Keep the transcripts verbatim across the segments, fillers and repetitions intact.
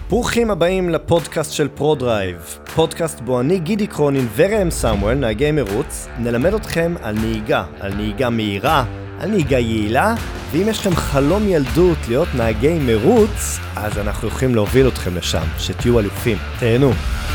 ברוכים הבאים לפודקאסט של פרודרייב, פודקאסט בו אני גידי קרונין וראם סמואל, נהגי מרוץ, נלמד אתכם על נהיגה, על נהיגה מהירה, על נהיגה יעילה, ואם יש לכם חלום ילדות להיות נהגי מרוץ, אז אנחנו יכולים להוביל אתכם לשם, שתהיו אלופים. תהנו.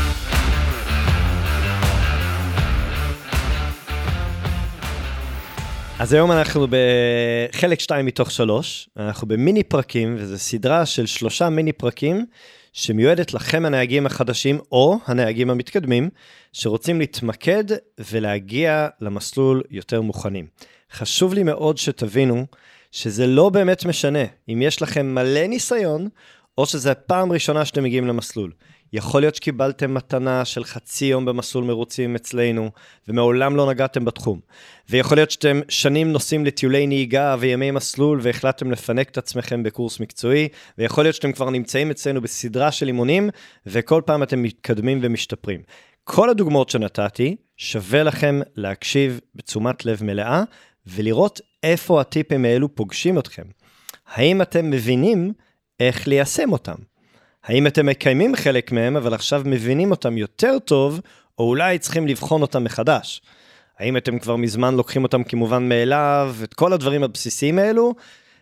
אז היום אנחנו בחלק שתיים מתוך שלוש, אנחנו במיני פרקים, וזו סדרה של שלושה מיני פרקים, שמיועדת לכם הנהגים החדשים, או הנהגים המתקדמים, שרוצים להתמקד ולהגיע למסלול יותר מוכנים. חשוב לי מאוד שתבינו, שזה לא באמת משנה, אם יש לכם מלא ניסיון, או שזו הפעם ראשונה שאתם מגיעים למסלול. יכול להיות שקיבלתם מתנה של חצי יום במסלול מרוצים אצלנו, ומעולם לא נגעתם בתחום. ויכול להיות שאתם שנים נוסעים לטיולי נהיגה וימי מסלול, והחלטתם לפנק את עצמכם בקורס מקצועי, ויכול להיות שאתם כבר נמצאים אצלנו בסדרה של אימונים, וכל פעם אתם מתקדמים ומשתפרים. כל הדוגמאות שנתתי, שווה לכם להקשיב בתשומת לב מלאה, ולראות איפה הטיפים האלו פוגשים אתכם. האם אתם מבינים איך ליישם אותם? האם אתם מקיימים חלק מהם, אבל עכשיו מבינים אותם יותר טוב, או אולי צריכים לבחון אותם מחדש? האם אתם כבר מזמן לוקחים אותם כמובן מאליו, את כל הדברים הבסיסיים האלו,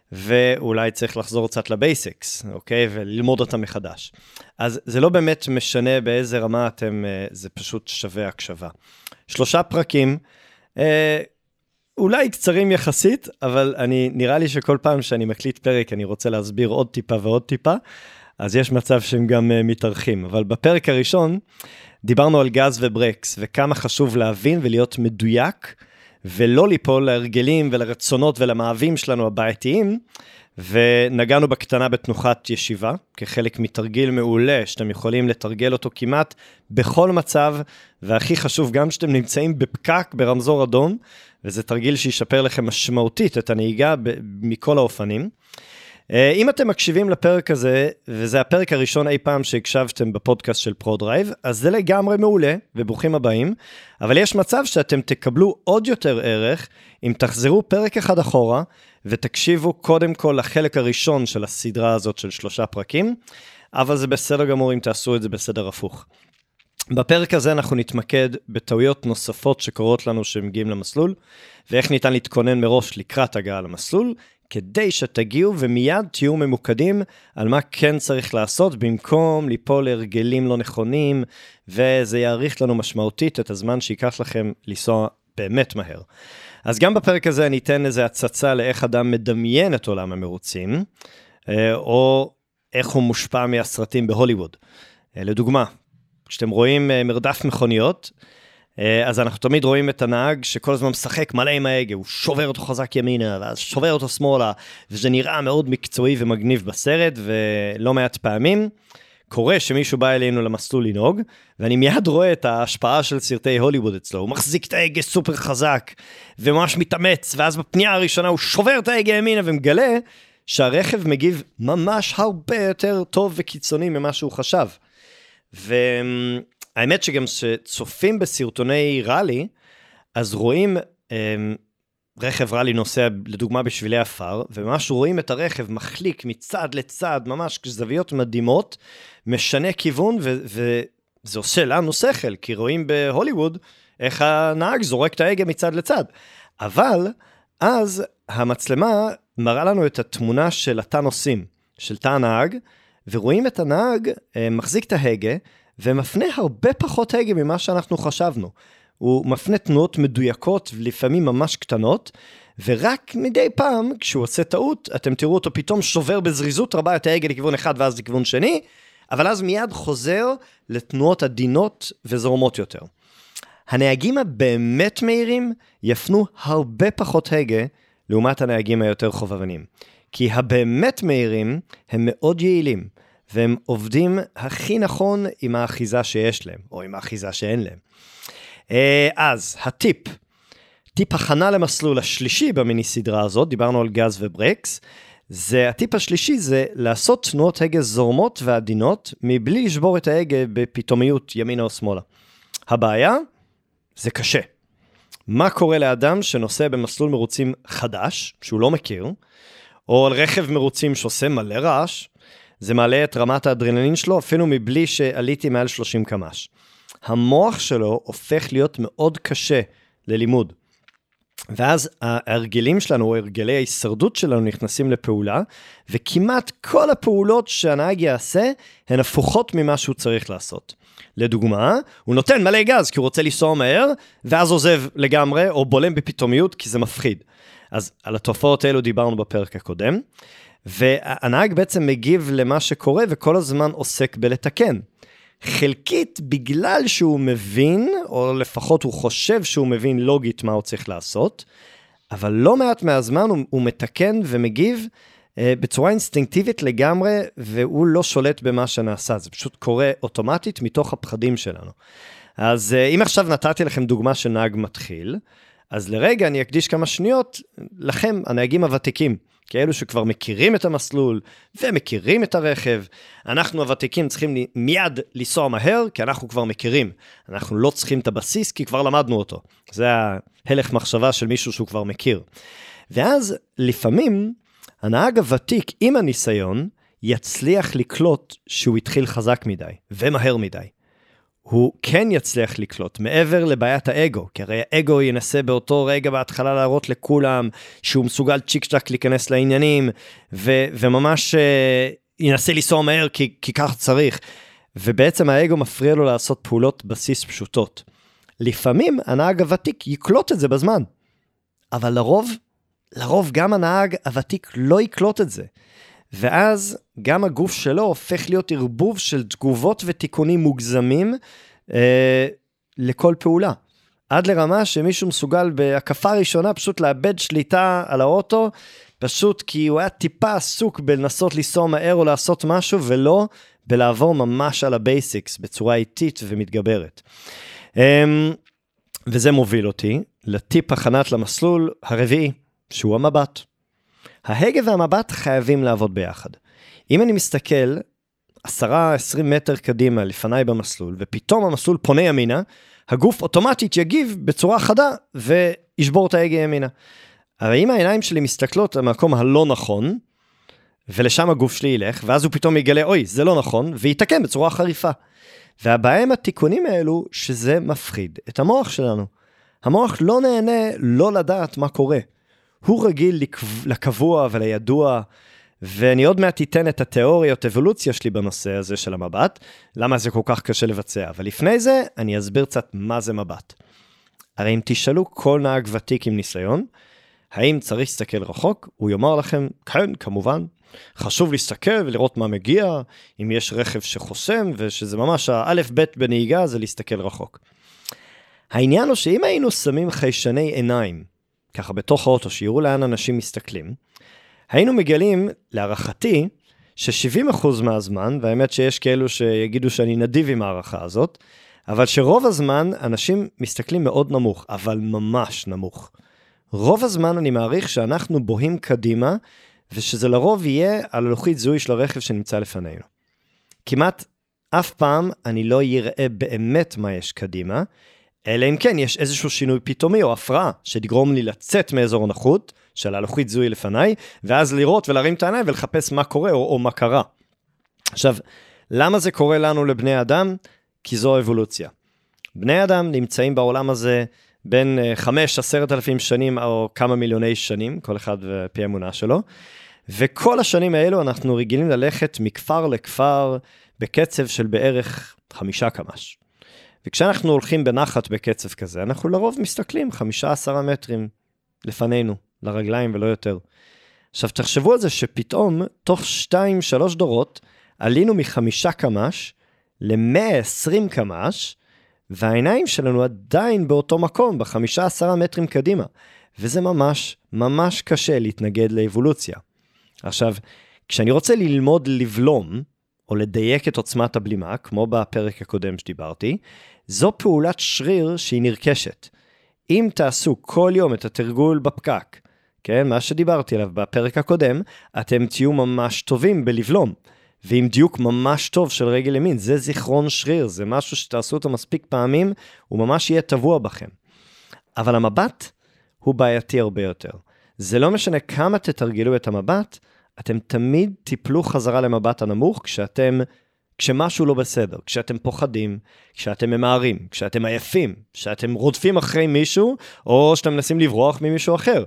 ואולי צריך לחזור קצת לבייסיקס, אוקיי? וללמוד אותם מחדש. אז זה לא באמת משנה באיזה רמה אתם, זה פשוט שווה הקשבה. שלושה פרקים, אה, אולי קצרים יחסית, אבל אני, נראה לי שכל פעם שאני מקליט פרק, אני רוצה להסביר עוד טיפה ועוד טיפה, אז יש מצב שהם גם uh, מתארחים. אבל בפרק הראשון דיברנו על גז וברקס, וכמה חשוב להבין ולהיות מדויק, ולא ליפול להרגלים ולרצונות ולמאהבים שלנו הבעייתיים, ונגענו בקטנה בתנוחת ישיבה, כחלק מתרגיל מעולה, שאתם יכולים לתרגל אותו כמעט בכל מצב, והכי חשוב גם שאתם נמצאים בפקק ברמזור אדום, וזה תרגיל שישפר לכם משמעותית את הנהיגה ב- מכל האופנים. אם אתם מקשיבים לפרק הזה, וזה הפרק הראשון אי פעם שהקשבתם בפודקאסט של פרודרייב, אז זה לגמרי מעולה, וברוכים הבאים, אבל יש מצב שאתם תקבלו עוד יותר ערך, אם תחזרו פרק אחד אחורה, ותקשיבו קודם כל לחלק הראשון של הסדרה הזאת של שלושה פרקים, אבל זה בסדר גמור אם תעשו את זה בסדר הפוך. בפרק הזה אנחנו נתמקד בטעויות נוספות שקורות לנו שמגיעים למסלול, ואיך ניתן להתכונן מראש לקראת הגעה למסלול, כדי שתגיעו ומיד תהיו ממוקדים על מה כן צריך לעשות, במקום ליפול להרגלים לא נכונים, וזה יאריך לנו משמעותית את הזמן שיקח לכם לנסוע באמת מהר. אז גם בפרק הזה אני אתן איזו הצצה לאיך אדם מדמיין את עולם המרוצים, או איך הוא מושפע מהסרטים בהוליווד. לדוגמה, כשאתם רואים מרדף מכוניות, אז אנחנו תמיד רואים את הנהג שכל הזמן משחק מלא עם ההגה, הוא שובר אותו חזק ימינה, ואז שובר אותו שמאלה, וזה נראה מאוד מקצועי ומגניב בסרט, ולא מעט פעמים קורה שמישהו בא אלינו למסלול לנהוג, ואני מיד רואה את ההשפעה של סרטי הוליווד אצלו, הוא מחזיק את ההגה סופר חזק, וממש מתאמץ, ואז בפנייה הראשונה הוא שובר את ההגה ימינה, ומגלה שהרכב מגיב ממש הרבה יותר טוב וקיצוני ממה שהוא חשב. ו... האמת שגם שצופים בסרטוני רלי, אז רואים אה, רכב רלי נוסע לדוגמה בשבילי אפר, וממש רואים את הרכב מחליק מצד לצד, ממש זוויות מדהימות, משנה כיוון, ו- וזה עושה לנו שכל, כי רואים בהוליווד איך הנהג זורק את ההגה מצד לצד. אבל אז המצלמה מראה לנו את התמונה של התא נוסעים, של תא הנהג, ורואים את הנהג אה, מחזיק את ההגה, ומפנה הרבה פחות הגה ממה שאנחנו חשבנו. הוא מפנה תנועות מדויקות, לפעמים ממש קטנות, ורק מדי פעם, כשהוא עושה טעות, אתם תראו אותו פתאום שובר בזריזות רבה את ההגה לכיוון אחד ואז לכיוון שני, אבל אז מיד חוזר לתנועות עדינות וזורמות יותר. הנהגים הבאמת מהירים יפנו הרבה פחות הגה, לעומת הנהגים היותר חובבנים. כי הבאמת מהירים הם מאוד יעילים. והם עובדים הכי נכון עם האחיזה שיש להם, או עם האחיזה שאין להם. אז, הטיפ, טיפ הכנה למסלול השלישי במיני סדרה הזאת, דיברנו על גז וברקס, זה, הטיפ השלישי זה לעשות תנועות הגה זורמות ועדינות, מבלי לשבור את ההגה בפתאומיות ימינה או שמאלה. הבעיה, זה קשה. מה קורה לאדם שנוסע במסלול מרוצים חדש, שהוא לא מכיר, או על רכב מרוצים שעושה מלא רעש, זה מעלה את רמת האדרנלין שלו, אפילו מבלי שעליתי מעל שלושים קמ"ש. המוח שלו הופך להיות מאוד קשה ללימוד. ואז ההרגלים שלנו, או הרגלי ההישרדות שלנו נכנסים לפעולה, וכמעט כל הפעולות שהנהג יעשה, הן הפוכות ממה שהוא צריך לעשות. לדוגמה, הוא נותן מלא גז, כי הוא רוצה לנסוע מהר, ואז עוזב לגמרי, או בולם בפתאומיות, כי זה מפחיד. אז על התופעות האלו דיברנו בפרק הקודם, והנהג בעצם מגיב למה שקורה, וכל הזמן עוסק בלתקן. חלקית בגלל שהוא מבין, או לפחות הוא חושב שהוא מבין לוגית מה הוא צריך לעשות, אבל לא מעט מהזמן הוא, הוא מתקן ומגיב אה, בצורה אינסטינקטיבית לגמרי, והוא לא שולט במה שנעשה, זה פשוט קורה אוטומטית מתוך הפחדים שלנו. אז אה, אם עכשיו נתתי לכם דוגמה של נהג מתחיל, אז לרגע אני אקדיש כמה שניות לכם, הנהגים הוותיקים, כאלו שכבר מכירים את המסלול ומכירים את הרכב. אנחנו הוותיקים צריכים מיד לנסוע מהר, כי אנחנו כבר מכירים. אנחנו לא צריכים את הבסיס, כי כבר למדנו אותו. זה ההלך מחשבה של מישהו שהוא כבר מכיר. ואז לפעמים הנהג הוותיק עם הניסיון יצליח לקלוט שהוא התחיל חזק מדי ומהר מדי. הוא כן יצליח לקלוט, מעבר לבעיית האגו, כי הרי האגו ינסה באותו רגע בהתחלה להראות לכולם, שהוא מסוגל צ'יק צ'ק להיכנס לעניינים, ו- וממש uh, ינסה לנסוע מהר, כי, כי כך צריך, ובעצם האגו מפריע לו לעשות פעולות בסיס פשוטות. לפעמים הנהג הוותיק יקלוט את זה בזמן, אבל לרוב, לרוב גם הנהג הוותיק לא יקלוט את זה, ואז גם הגוף שלו הופך להיות ערבוב של תגובות ותיקונים מוגזמים אה, לכל פעולה. עד לרמה שמישהו מסוגל בהקפה הראשונה פשוט לאבד שליטה על האוטו, פשוט כי הוא היה טיפה עסוק בלנסות לנסוע מהר או לעשות משהו, ולא בלעבור ממש על הבייסיקס בצורה איטית ומתגברת. אה, וזה מוביל אותי לטיפ הכנת למסלול הרביעי, שהוא המבט. ההגה והמבט חייבים לעבוד ביחד. אם אני מסתכל עשרה עשרים מטר קדימה לפניי במסלול, ופתאום המסלול פונה ימינה, הגוף אוטומטית יגיב בצורה חדה, וישבור את ההגה ימינה. אבל אם העיניים שלי מסתכלות למקום הלא נכון, ולשם הגוף שלי ילך, ואז הוא פתאום יגלה, אוי, זה לא נכון, ויתקן בצורה חריפה. והבעיה עם התיקונים האלו, שזה מפחיד את המוח שלנו. המוח לא נהנה לא לדעת מה קורה. הוא רגיל לקבוע ולידוע, ואני עוד מעט אתן את התיאוריות, אבולוציה שלי בנושא הזה של המבט, למה זה כל כך קשה לבצע. אבל לפני זה, אני אסביר קצת מה זה מבט. הרי אם תשאלו כל נהג ותיק עם ניסיון, האם צריך להסתכל רחוק? הוא יאמר לכם, כן, כמובן. חשוב להסתכל ולראות מה מגיע, אם יש רכב שחוסם, ושזה ממש האלף בית בנהיגה, זה להסתכל רחוק. העניין הוא שאם היינו שמים חיישני עיניים, ככה בתוך האוטו, שיראו לאן אנשים מסתכלים, היינו מגלים, להערכתי, ש-שבעים אחוז מהזמן, והאמת שיש כאלו שיגידו שאני נדיב עם הערכה הזאת, אבל שרוב הזמן אנשים מסתכלים מאוד נמוך, אבל ממש נמוך. רוב הזמן אני מעריך שאנחנו בוהים קדימה, ושזה לרוב יהיה על הלוחית זיהוי של הרכב שנמצא לפנינו. כמעט אף פעם אני לא יראה באמת מה יש קדימה, אלא אם כן יש איזשהו שינוי פתאומי או הפרעה, שתגרום לי לצאת מאזור הנוחות, של הלוחית זיהוי לפניי, ואז לראות ולהרים את העיניים ולחפש מה קורה או, או מה קרה. עכשיו, למה זה קורה לנו לבני אדם? כי זו אבולוציה. בני אדם נמצאים בעולם הזה בין חמש, עשרת אלפים שנים או כמה מיליוני שנים, כל אחד ופי אמונה שלו, וכל השנים האלו אנחנו רגילים ללכת מכפר לכפר בקצב של בערך חמישה קמ"ש. וכשאנחנו הולכים בנחת בקצב כזה, אנחנו לרוב מסתכלים חמישה עשרה מטרים לפנינו, לרגליים ולא יותר. עכשיו תחשבו על זה שפתאום, תוך שתיים שלוש דורות, עלינו מחמישה קמ"ש ל-מאה ועשרים קמ"ש, והעיניים שלנו עדיין באותו מקום, בחמישה עשרה מטרים קדימה. וזה ממש, ממש קשה להתנגד לאבולוציה. עכשיו, כשאני רוצה ללמוד לבלום, או לדייק את עוצמת הבלימה, כמו בפרק הקודם שדיברתי, זו פעולת שריר שהיא נרכשת. אם תעשו כל יום את התרגול בפקק, כן, מה שדיברתי עליו בפרק הקודם, אתם תהיו ממש טובים בלבלום, ועם דיוק ממש טוב של רגל ימין, זה זיכרון שריר, זה משהו שתעשו אותו מספיק פעמים, הוא ממש יהיה טבוע בכם. אבל המבט הוא בעייתי הרבה יותר. זה לא משנה כמה תתרגלו את המבט, אתם תמיד תיפלו חזרה למבט הנמוך כשאתם, כשמשהו לא בסדר, כשאתם פוחדים, כשאתם ממהרים, כשאתם עייפים, כשאתם רודפים אחרי מישהו, או שאתם מנסים לברוח ממישהו אחר.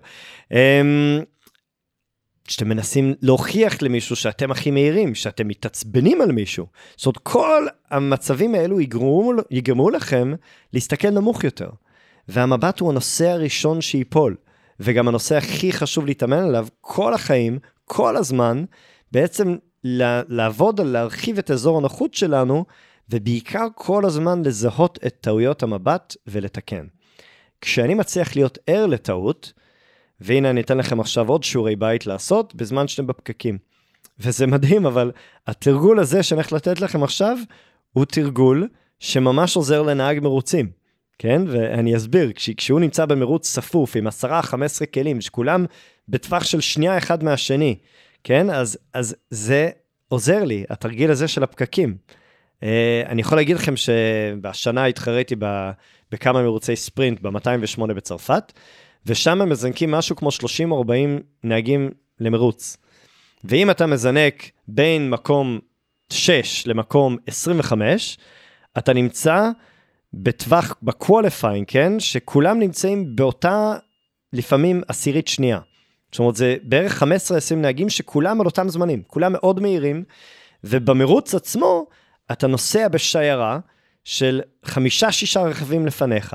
כשאתם מנסים להוכיח למישהו שאתם הכי מהירים, שאתם מתעצבנים על מישהו. זאת אומרת, כל המצבים האלו יגרמו, יגרמו לכם להסתכל נמוך יותר. והמבט הוא הנושא הראשון שיפול, וגם הנושא הכי חשוב להתאמן עליו כל החיים, כל הזמן, בעצם לעבוד על להרחיב את אזור הנוחות שלנו, ובעיקר כל הזמן לזהות את טעויות המבט ולתקן. כשאני מצליח להיות ער לטעות, והנה אני אתן לכם עכשיו עוד שיעורי בית לעשות, בזמן שאתם בפקקים. וזה מדהים, אבל התרגול הזה שאני הולך לתת לכם עכשיו, הוא תרגול שממש עוזר לנהג מרוצים. כן? ואני אסביר, כש, כשהוא נמצא במרוץ ספוף עם עשרה חמש עשרה כלים, שכולם בטווח של שנייה אחד מהשני, כן? אז, אז זה עוזר לי, התרגיל הזה של הפקקים. אה, אני יכול להגיד לכם שבשנה התחרתי ב, בכמה מרוצי ספרינט, ב-מאתיים ושמונה בצרפת, ושם הם מזנקים משהו כמו שלושים ארבעים נהגים למרוץ. ואם אתה מזנק בין מקום שש למקום עשרים וחמש, אתה נמצא בטווח, בקואליפיינג, כן? שכולם נמצאים באותה, לפעמים עשירית שנייה. זאת אומרת, זה בערך חמש עשרה עשרים נהגים שכולם על אותם זמנים, כולם מאוד מהירים, ובמרוץ עצמו, אתה נוסע בשיירה של חמישה, שישה רכבים לפניך,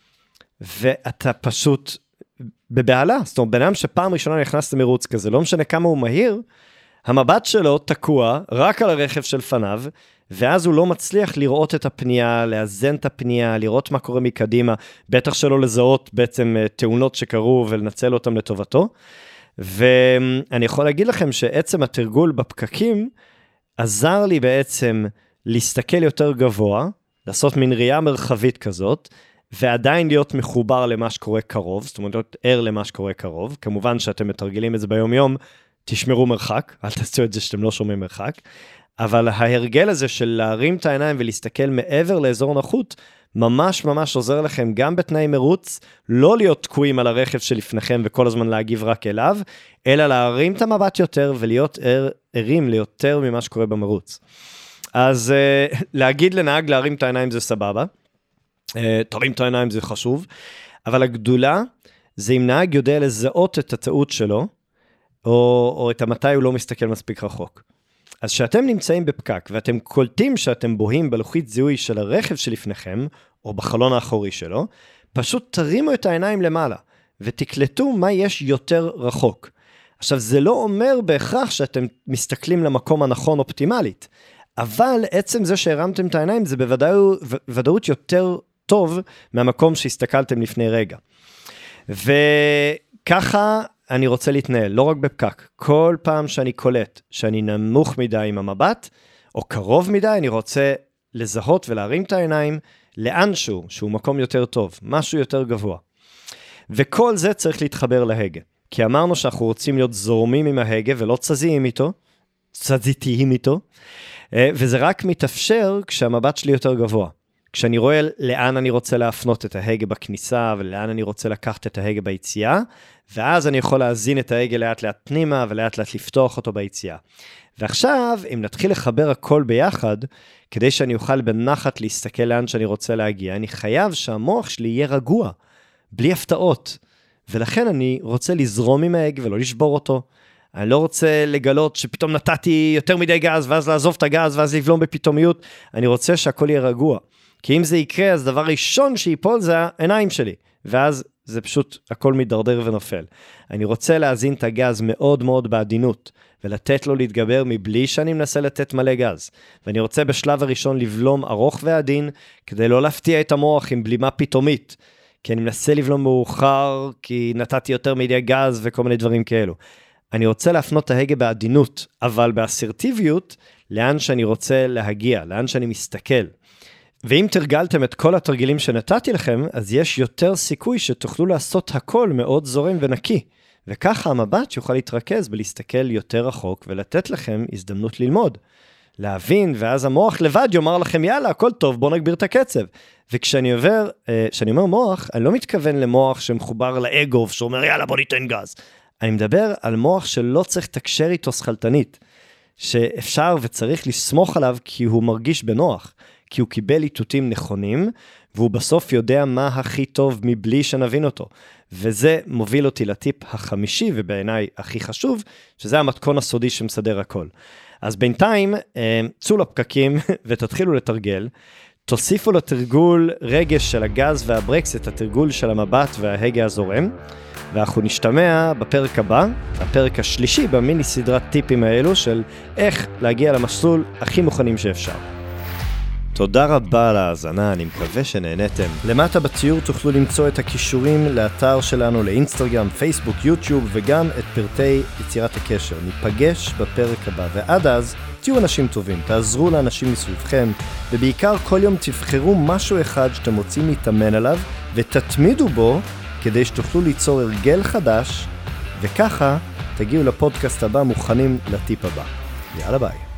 ואתה פשוט בבעלה. זאת אומרת, בנם שפעם ראשונה נכנס למרוץ כזה, לא משנה כמה הוא מהיר, המבט שלו תקוע רק על הרכב של פניו, ואז הוא לא מצליח לראות את הפנייה, לאזן את הפנייה, לראות מה קורה מקדימה, בטח שלא לזהות בעצם תאונות שקרו ולנצל אותם לטובתו. ואני יכול להגיד לכם שעצם התרגול בפקקים, עזר לי בעצם להסתכל יותר גבוה, לעשות מין ראייה מרחבית כזאת, ועדיין להיות מחובר למה שקורה קרוב, זאת אומרת, להיות ער למה שקורה קרוב. כמובן שאתם מתרגלים את זה ביום יום, תשמרו מרחק, אל תעשו את זה שאתם לא שומעים מרחק, אבל ההרגל הזה של להרים את העיניים ולהסתכל מעבר לאזור נוחות, ממש ממש עוזר לכם גם בתנאי מרוץ, לא להיות תקועים על הרכב שלפניכם וכל הזמן להגיב רק אליו, אלא להרים את המבט יותר ולהיות ער, ערים ליותר ממה שקורה במרוץ. אז uh, להגיד לנהג להרים את העיניים זה סבבה, uh, תרים את העיניים זה חשוב, אבל הגדולה זה אם נהג יודע לזהות את הטעות שלו, או, או את המתי הוא לא מסתכל מספיק רחוק. אז שאתם נמצאים בפקק, ואתם קולטים שאתם בוהים בלוחית זיהוי של הרכב שלפניכם, או בחלון האחורי שלו, פשוט תרימו את העיניים למעלה, ותקלטו מה יש יותר רחוק. עכשיו, זה לא אומר בהכרח שאתם מסתכלים למקום הנכון אופטימלית, אבל עצם זה שהרמתם את העיניים, זה בוודאות יותר טוב מהמקום שהסתכלתם לפני רגע. וככה אני רוצה להתנהל, לא רק בפקק. כל פעם שאני קולט, שאני נמוך מדי עם המבט, או קרוב מדי, אני רוצה לזהות ולהרים את העיניים לאנשהו, שהוא מקום יותר טוב, משהו יותר גבוה. וכל זה צריך להתחבר להגה. כי אמרנו שאנחנו רוצים להיות זורמים עם ההגה, ולא צזיים איתו, צזיתיים איתו, וזה רק מתאפשר כשהמבט שלי יותר גבוה. כשאני רואה לאן אני רוצה להפנות את ההגה בכניסה, ולאן אני רוצה לקחת את ההגה ביציאה, ואז אני יכול להזין את ההגה לאט לאט פנימה, ולאט לאט לפתוח אותו ביציאה. ועכשיו, אם נתחיל לחבר הכל ביחד, כדי שאני אוכל בנחת להסתכל לאן שאני רוצה להגיע, אני חייב שהמוח שלי יהיה רגוע, בלי הפתעות. ולכן אני רוצה לזרום עם ההגה ולא לשבור אותו. אני לא רוצה לגלות שפתאום נתתי יותר מדי גז, ואז לעזוב את הגז, ואז לבלום בפתאומיות. אני רוצה שהכל יהיה רגוע. כי אם זה יקרה, אז דבר ראשון שיפול זה העיניים שלי. ואז זה פשוט הכל מדרדר ונופל. אני רוצה להזין את הגז מאוד מאוד בעדינות, ולתת לו להתגבר מבלי שאני מנסה לתת מלא גז. ואני רוצה בשלב הראשון לבלום ארוך ועדין, כדי לא להפתיע את המוח עם בלימה פתאומית. כי אני מנסה לבלום מאוחר, כי נתתי יותר מדי גז וכל מיני דברים כאלו. אני רוצה להפנות את ההגה בעדינות, אבל באסרטיביות, לאן שאני רוצה להגיע, לאן שאני מסתכל. ואם תרגלתם את כל התרגילים שנתתי לכם, אז יש יותר סיכוי שתוכלו לעשות הכל מאוד זורם ונקי. וככה המבט יוכל להתרכז בלהסתכל יותר רחוק, ולתת לכם הזדמנות ללמוד. להבין, ואז המוח לבד יאמר לכם, יאללה, הכל טוב, בוא נגביר את הקצב. וכשאני עובר, כשאני אומר מוח, אני לא מתכוון למוח שמחובר לאגו, שאומר, יאללה, בוא ניתן גז. אני מדבר על מוח שלא צריך תקשר איתו שכלתנית, שאפשר וצריך לסמוך עליו כי הוא מרגיש בנוח, כי הוא קיבל איתותים נכונים, והוא בסוף יודע מה הכי טוב מבלי שנבין אותו. וזה מוביל אותי לטיפ החמישי, ובעיניי הכי חשוב, שזה המתכון הסודי שמסדר הכל. אז בינתיים, צאו לפקקים ותתחילו לתרגל, תוסיפו לתרגול רגש של הגז והברקס, את התרגול של המבט וההגה הזורם, ואנחנו נשתמע בפרק הבא, הפרק השלישי במיני סדרת טיפים האלו של איך להגיע למסלול הכי מוכנים שאפשר. תודה רבה על ההאזנה, אני מקווה שנהנתם. למטה בציור תוכלו למצוא את הכישורים לאתר שלנו, לאינסטגרם, פייסבוק, יוטיוב, וגם את פרטי יצירת הקשר. ניפגש בפרק הבא, ועד אז תהיו אנשים טובים, תעזרו לאנשים מסביבכם, ובעיקר כל יום תבחרו משהו אחד שאתם רוצים להתאמן עליו, ותתמידו בו כדי שתוכלו ליצור הרגל חדש, וככה תגיעו לפודקאסט הבא מוכנים לטיפ הבא. יאללה ביי.